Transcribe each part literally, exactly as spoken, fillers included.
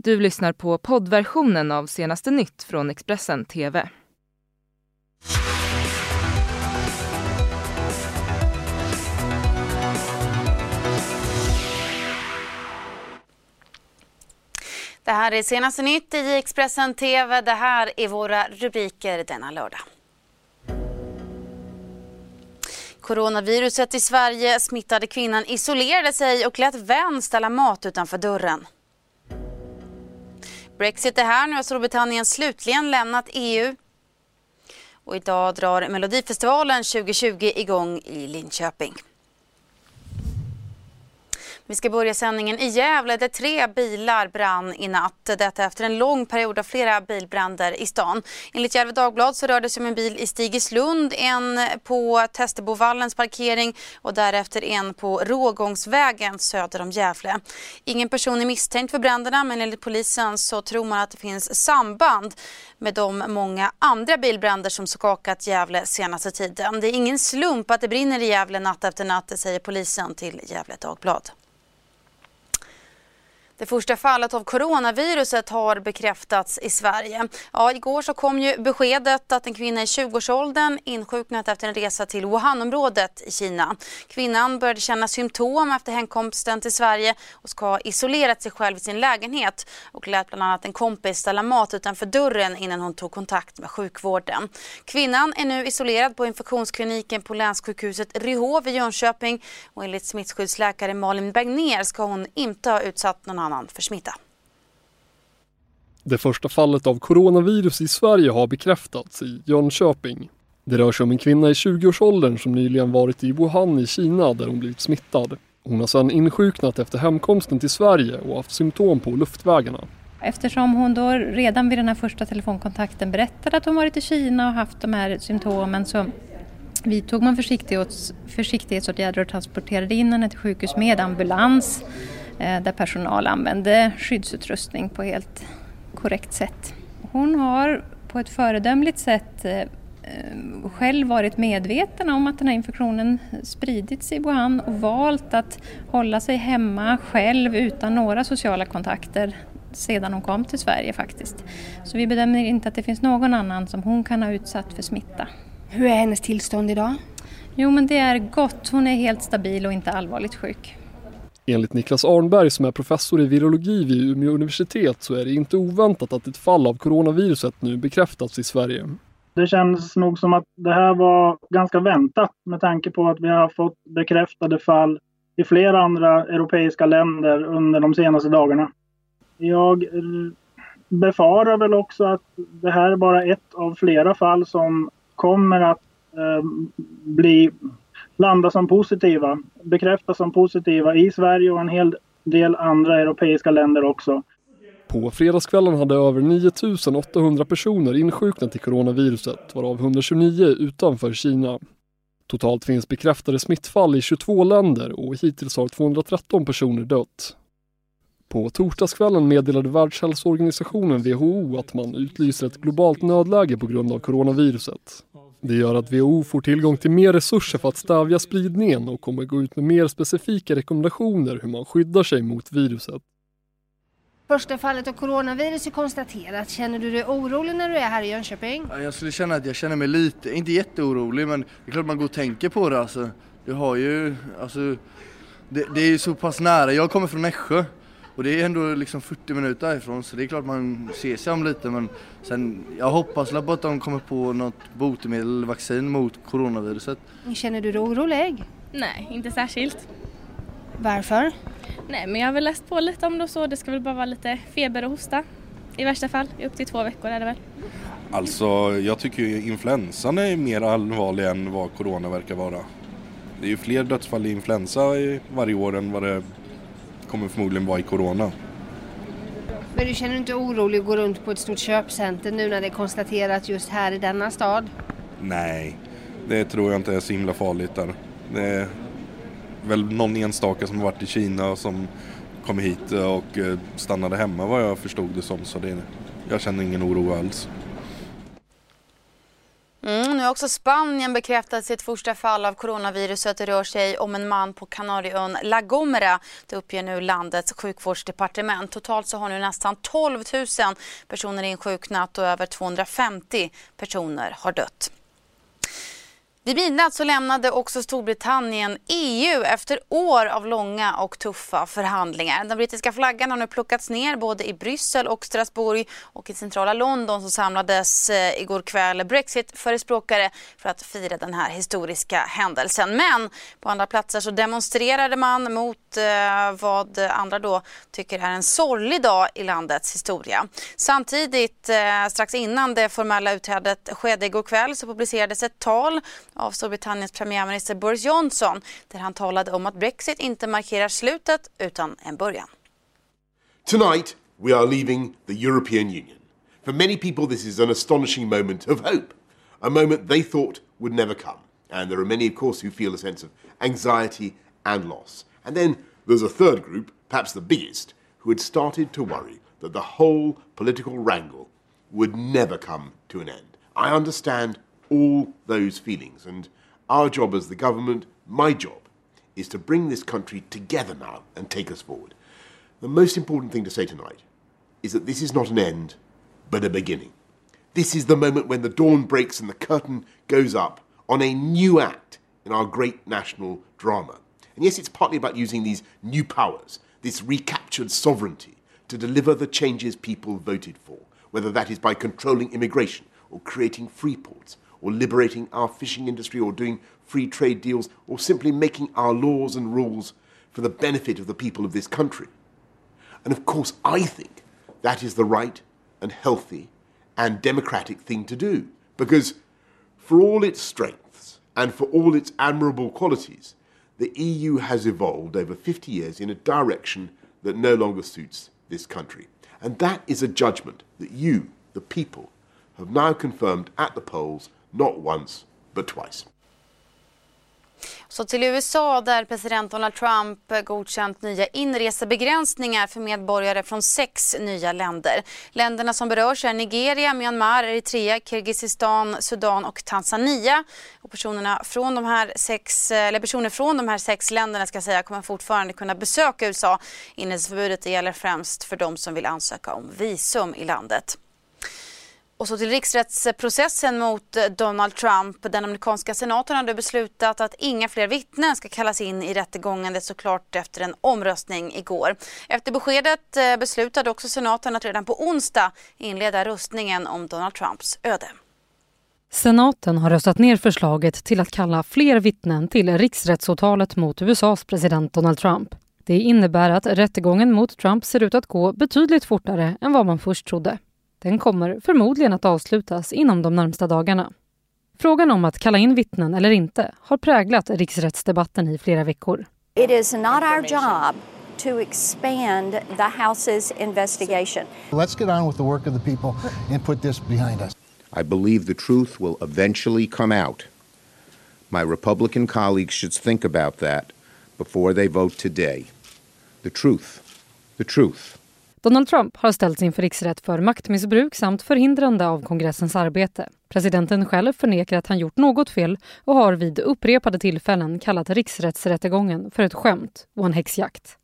Du lyssnar på poddversionen av Senaste nytt från Expressen T V. Det här är Senaste nytt i Expressen T V. Det här är våra rubriker denna lördag. Coronaviruset i Sverige, smittade kvinnan isolerade sig och lät vän ställa mat utanför dörren. Brexit är här, nu har Storbritannien slutligen lämnat E U. Och idag drar Melodifestivalen tjugo tjugo igång i Linköping. Vi ska börja sändningen i Gävle där tre bilar brann i natt. Detta efter en lång period av flera bilbränder i stan. Enligt Gävle Dagblad så rörde det sig om en bil i Stigeslund, en på Testebovallens parkering och därefter en på Rågångsvägen söder om Gävle. Ingen person är misstänkt för bränderna, men enligt polisen så tror man att det finns samband med de många andra bilbränder som skakat Gävle senaste tiden. Det är ingen slump att det brinner i Gävle natt efter natt, säger polisen till Gävle Dagblad. Det första fallet av coronaviruset har bekräftats i Sverige. Ja, igår så kom ju beskedet att en kvinna i tjugoårsåldern insjuknat efter en resa till Wuhanområdet i Kina. Kvinnan började känna symptom efter hemkomsten till Sverige och ska ha isolerat sig själv i sin lägenhet och lät bland annat en kompis ställa mat utanför dörren innan hon tog kontakt med sjukvården. Kvinnan är nu isolerad på infektionskliniken på länssjukhuset Ryhov i Jönköping och enligt smittskyddsläkare Malin Bergner ska hon inte ha utsatt någon annan för smitta. Det första fallet av coronavirus i Sverige har bekräftats i Jönköping. Det rör sig om en kvinna i tjugoårsåldern som nyligen varit i Wuhan i Kina där hon blivit smittad. Hon har sedan insjuknat efter hemkomsten till Sverige och haft symptom på luftvägarna. Eftersom hon då redan vid den här första telefonkontakten berättade att hon varit i Kina och haft de här symptomen så vidtog man försiktighets, försiktighetsåtgärder och transporterade in henne till sjukhus med ambulans där personal använde skyddsutrustning på helt korrekt sätt. Hon har på ett föredömligt sätt själv varit medveten om att den här infektionen spridits i Wuhan och valt att hålla sig hemma själv utan några sociala kontakter sedan hon kom till Sverige faktiskt. Så vi bedömer inte att det finns någon annan som hon kan ha utsatt för smitta. Hur är hennes tillstånd idag? Jo, men det är gott. Hon är helt stabil och inte allvarligt sjuk. Enligt Niklas Arnberg som är professor i virologi vid Umeå universitet så är det inte oväntat att ett fall av coronaviruset nu bekräftats i Sverige. Det känns nog som att det här var ganska väntat med tanke på att vi har fått bekräftade fall i flera andra europeiska länder under de senaste dagarna. Jag befarar väl också att det här är bara ett av flera fall som kommer att eh, bli landa som positiva, bekräftas som positiva i Sverige och en hel del andra europeiska länder också. På fredagskvällen hade över nio tusen åttahundra personer insjuknat i coronaviruset, varav hundratjugonio utanför Kina. Totalt finns bekräftade smittfall i tjugotvå länder och hittills har tvåhundratretton personer dött. På torsdagskvällen meddelade Världshälsoorganisationen W H O att man utlyser ett globalt nödläge på grund av coronaviruset. Det gör att W H O får tillgång till mer resurser för att stävja spridningen och kommer gå ut med mer specifika rekommendationer hur man skyddar sig mot viruset. Första fallet av coronavirus är konstaterat. Känner du dig orolig när du är här i Jönköping? Ja, jag skulle känna att jag känner mig lite, inte jätteorolig, men det är klart man går och tänker på det. Alltså. Du har ju, alltså, det, det är ju så pass nära. Jag kommer från Nässjö. Och det är ändå liksom fyrtio minuter härifrån, så det är klart man ser sig om lite. Men sen, jag hoppas att de kommer på något botemedel eller vaccin mot coronaviruset. Känner du dig orolig? Nej, inte särskilt. Varför? Nej, men jag har väl läst på lite om det och så. Det ska väl bara vara lite feber och hosta. I värsta fall, upp till två veckor är det väl. Alltså, jag tycker ju influensan är mer allvarlig än vad corona verkar vara. Det är ju fler dödsfall i influensa varje år än vad det kommer förmodligen vara i corona. Men du känner dig inte orolig att gå runt på ett stort köpcenter nu när det är konstaterat just här i denna stad? Nej, det tror jag inte är så himla farligt där. Det är väl någon enstaka som har varit i Kina som kom hit och stannade hemma vad jag förstod det som. Så det, jag känner ingen oro alls. Mm, nu har också Spanien bekräftat sitt första fall av coronaviruset. Det rör sig om en man på Kanarieön La Gomera. Det uppger nu landets sjukvårdsdepartement. Totalt så har nu nästan tolv tusen personer insjuknat och över tvåhundrafemtio personer har dött. Vid midnatt så lämnade också Storbritannien E U efter år av långa och tuffa förhandlingar. Den brittiska flaggan har nu plockats ner både i Bryssel och Strasbourg, och i centrala London så samlades eh, igår kväll Brexit-förespråkare för att fira den här historiska händelsen. Men på andra platser så demonstrerade man mot eh, vad andra då tycker är en sorglig dag i landets historia. Samtidigt, eh, strax innan det formella utträdet skedde igår kväll, så publicerades ett tal av Storbritanniens premiärminister Boris Johnson där han talade om att Brexit inte markerar slutet utan en början. Tonight we are leaving the European Union. For many people this is an astonishing moment of hope, a moment they thought would never come. And there are many of course who feel a sense of anxiety and loss. And then there's a third group, perhaps the biggest, who had started to worry that the whole political wrangle would never come to an end. I understand all those feelings, and our job as the government, my job, is to bring this country together now and take us forward. The most important thing to say tonight is that this is not an end, but a beginning. This is the moment when the dawn breaks and the curtain goes up on a new act in our great national drama. And yes, it's partly about using these new powers, this recaptured sovereignty, to deliver the changes people voted for, whether that is by controlling immigration or creating free ports, or liberating our fishing industry, or doing free trade deals, or simply making our laws and rules for the benefit of the people of this country. And of course, I think that is the right and healthy and democratic thing to do. Because for all its strengths and for all its admirable qualities, the E U has evolved over fifty years in a direction that no longer suits this country. And that is a judgment that you, the people, have now confirmed at the polls, not once, but twice. Så till U S A där president Donald Trump godkänt nya inresebegränsningar för medborgare från sex nya länder. Länderna som berörs är Nigeria, Myanmar, Eritrea, Kirgizistan, Sudan och Tanzania. Och personerna från de här sex, eller personer från de här sex länderna ska säga, kommer fortfarande kunna besöka U S A. Inreseförbudet gäller främst för de som vill ansöka om visum i landet. Och så till riksrättsprocessen mot Donald Trump. Den amerikanska senaten hade beslutat att inga fler vittnen ska kallas in i rättegången, det såklart efter en omröstning igår. Efter beskedet beslutade också senaten att redan på onsdag inleda röstningen om Donald Trumps öde. Senaten har röstat ner förslaget till att kalla fler vittnen till riksrättsåtalet mot U S A:s president Donald Trump. Det innebär att rättegången mot Trump ser ut att gå betydligt fortare än vad man först trodde. Den kommer förmodligen att avslutas inom de närmsta dagarna. Frågan om att kalla in vittnen eller inte har präglat riksrättsdebatten i flera veckor. It is not our job to expand the House's investigation. Let's get on with the work of the people and put this behind us. I believe the truth will eventually come out. My Republican colleagues should think about that before they vote today. The truth. The truth. Donald Trump har ställts inför riksrätt för maktmissbruk samt förhindrande av kongressens arbete. Presidenten själv förnekar att han gjort något fel och har vid upprepade tillfällen kallat riksrättsrättegången för ett skämt och en häxjakt.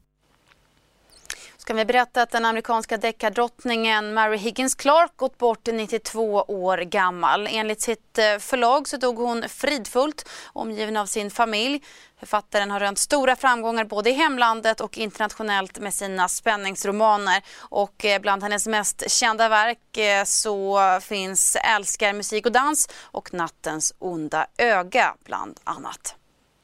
Ska vi berätta att den amerikanska deckardrottningen Mary Higgins Clark gått bort nittiotvå år gammal. Enligt sitt förlag så dog hon fridfullt, omgiven av sin familj. Författaren har rönt stora framgångar både i hemlandet och internationellt med sina spänningsromaner. Och bland hennes mest kända verk så finns Älskar musik och dans och Nattens onda öga bland annat.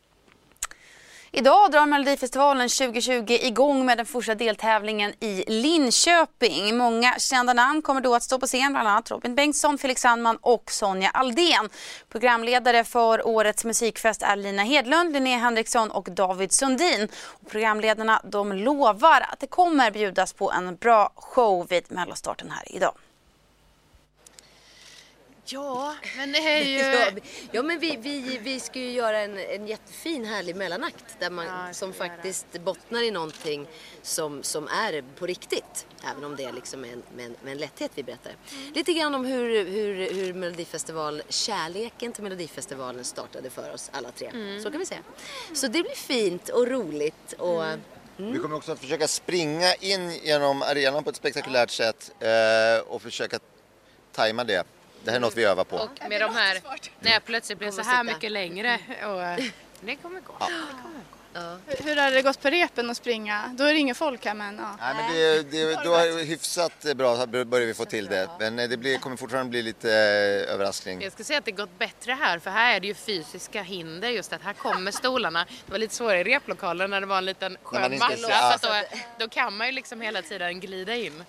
Idag drar Melodifestivalen tjugo tjugo igång med den första deltävlingen i Linköping. Många kända namn kommer då att stå på scen, bland annat Robin Bengtsson, Felix Sandman och Sonja Aldén. Programledare för årets musikfest är Lina Hedlund, Linnea Henriksson och David Sundin. Och programledarna de lovar att det kommer bjudas på en bra show vid mellostarten här idag. Ja, men det är ju... ja, ja, men vi, vi, vi ska ju göra en, en jättefin, härlig mellanakt där man, Ja, som faktiskt bottnar i någonting som, som är på riktigt. Även om det är liksom en, med, med en lätthet vi berättar. Mm. Lite grann om hur, hur, hur Melodifestival, kärleken till Melodifestivalen startade för oss alla tre. Mm. Så kan vi säga. Så det blir fint och roligt och... Mm. Mm. Vi kommer också att försöka springa in genom arenan på ett spektakulärt sätt eh, och försöka tajma det. Det här är något vi övar på. Och med de här, när jag plötsligt blir så här mycket längre och det kommer gå. Ja. Ja. Hur, hur har det gått på repen att springa? Då är det ingen folk här men ja. Nej, men det, det, då är det hyfsat bra, börjar vi få till det. Men det blir, kommer fortfarande bli lite eh, överraskning. Jag skulle säga att det gått bättre här, för här är det ju fysiska hinder, just att här kommer stolarna. Det var lite svårare i replokalen när det var en liten skön massa, så då, då kan man ju liksom hela tiden glida in.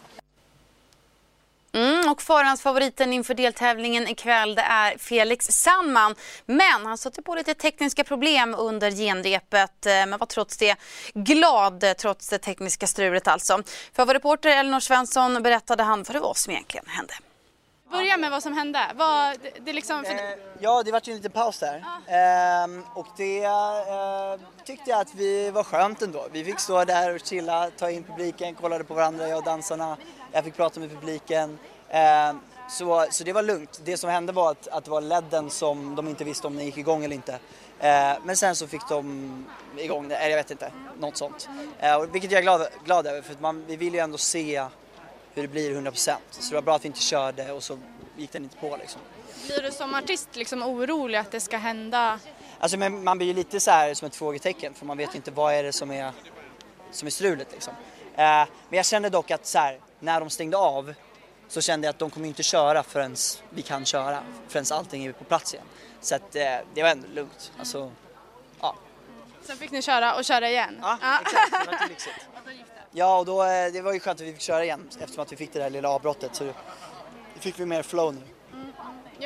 Mm, och förhandsfavoriten inför deltävlingen ikväll, det är Felix Sandman. Men han satte på lite tekniska problem under genrepet, men var trots det glad trots det tekniska strulet alltså. För vår reporter Elinor Svensson berättade han vad det var som egentligen hände. Börja med vad som hände. Vad, det, det liksom, för... eh, ja, det var ju en liten paus där. Ja. Ehm, och det eh, tyckte jag att vi var skönt ändå. Vi fick stå där och chilla, ta in publiken, kollade på varandra, jag och dansarna. Jag fick prata med publiken. Ehm, så, så det var lugnt. Det som hände var att, att det var ledden som de inte visste om den gick igång eller inte. Ehm, men sen så fick de igång det, eller jag vet inte, något sånt. Ehm, vilket jag är glad, glad över, för att man, vi vill ju ändå se hur det blir hundra procent. Så det var bra att vi inte körde och så gick den inte på liksom. Blir du som artist liksom orolig att det ska hända? Alltså men man blir ju lite så här som ett frågetecken, för man vet inte vad är det som är, som är strulet liksom. Eh, men jag kände dock att så här, när de stängde av så kände jag att de kommer inte köra förrän vi kan köra, förrän allting är på plats igen. Så att eh, det var ändå lugnt. Alltså, ja. Sen fick ni köra och köra igen? Ja, ja. Exakt. Det var inte lyxigt. Ja, och då, det var ju skönt att vi fick köra igen eftersom att vi fick det där lilla avbrottet, så det fick vi mer flow nu. Mm. Ja.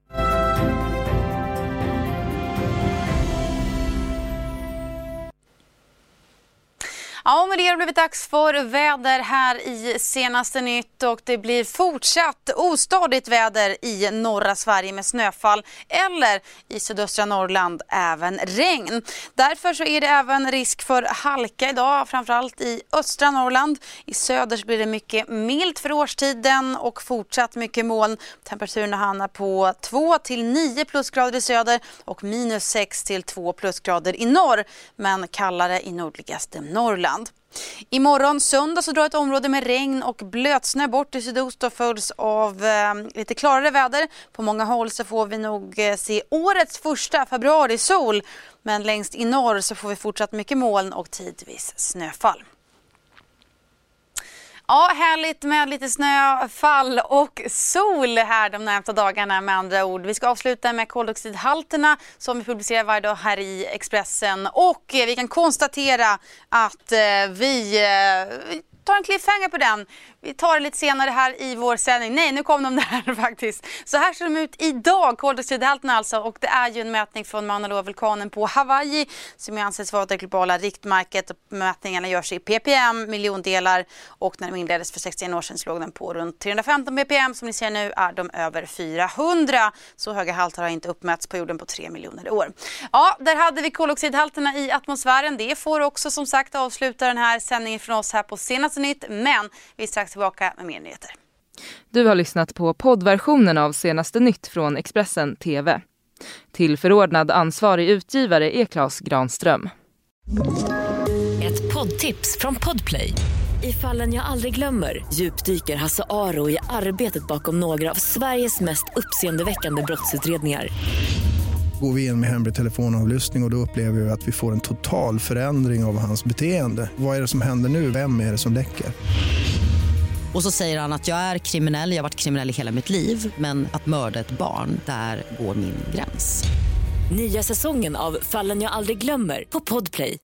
Ja, men det har blivit dags för väder här i senaste nytt, och det blir fortsatt ostadigt väder i norra Sverige med snöfall, eller i sydöstra Norrland även regn. Därför så är det även risk för halka idag, framförallt i östra Norrland. I söder blir det mycket milt för årstiden och fortsatt mycket moln. Temperaturen hamnar på två till nio plusgrader i söder och minus sex till två plusgrader i norr, men kallare i nordligaste Norrland. Imorgon söndag så drar ett område med regn och blötsnö bort i sydost och följs av eh, lite klarare väder. På många håll så får vi nog eh, se årets första februari-sol, men längst i norr så får vi fortsatt mycket moln och tidvis snöfall. Ja, härligt med lite snöfall och sol här de närmaste dagarna med andra ord. Vi ska avsluta med koldioxidhalterna som vi publicerar varje dag här i Expressen. Och vi kan konstatera att vi tar en cliffhanger på den. Vi tar det lite senare här i vår sändning. Nej, nu kom de där faktiskt. Så här ser de ut idag, koldioxidhalterna alltså. Och det är ju en mätning från Mauna Loa-vulkanen på Hawaii som anses vara det globala riktmärket. Mätningarna görs i ppm, miljondelar. Och när de inleddes för sextio år sedan så låg den på runt trehundrafemton ppm. Som ni ser nu är de över fyrahundra. Så höga halter har inte uppmätts på jorden på tre miljoner år. Ja, där hade vi koldioxidhalterna i atmosfären. Det får också som sagt avsluta den här sändningen från oss här på Senaste Nytt. Men vi är strax tillbaka med mer nyheter. Du har lyssnat på poddversionen av Senaste Nytt från Expressen T V. Till förordnad ansvarig utgivare är Claes Granström. Ett poddtips från Podplay. I Fallen jag aldrig glömmer djupdyker Hasse Aro i arbetet bakom några av Sveriges mest uppseendeväckande brottsutredningar. Går vi in med hemlig telefonavlyssning och, och då upplever vi att vi får en total förändring av hans beteende. Vad är det som händer nu? Vem är det som läcker? Och så säger han att jag är kriminell, jag har varit kriminell i hela mitt liv. Men att mörda ett barn, där går min gräns. Nya säsongen av Fallen jag aldrig glömmer på Podplay.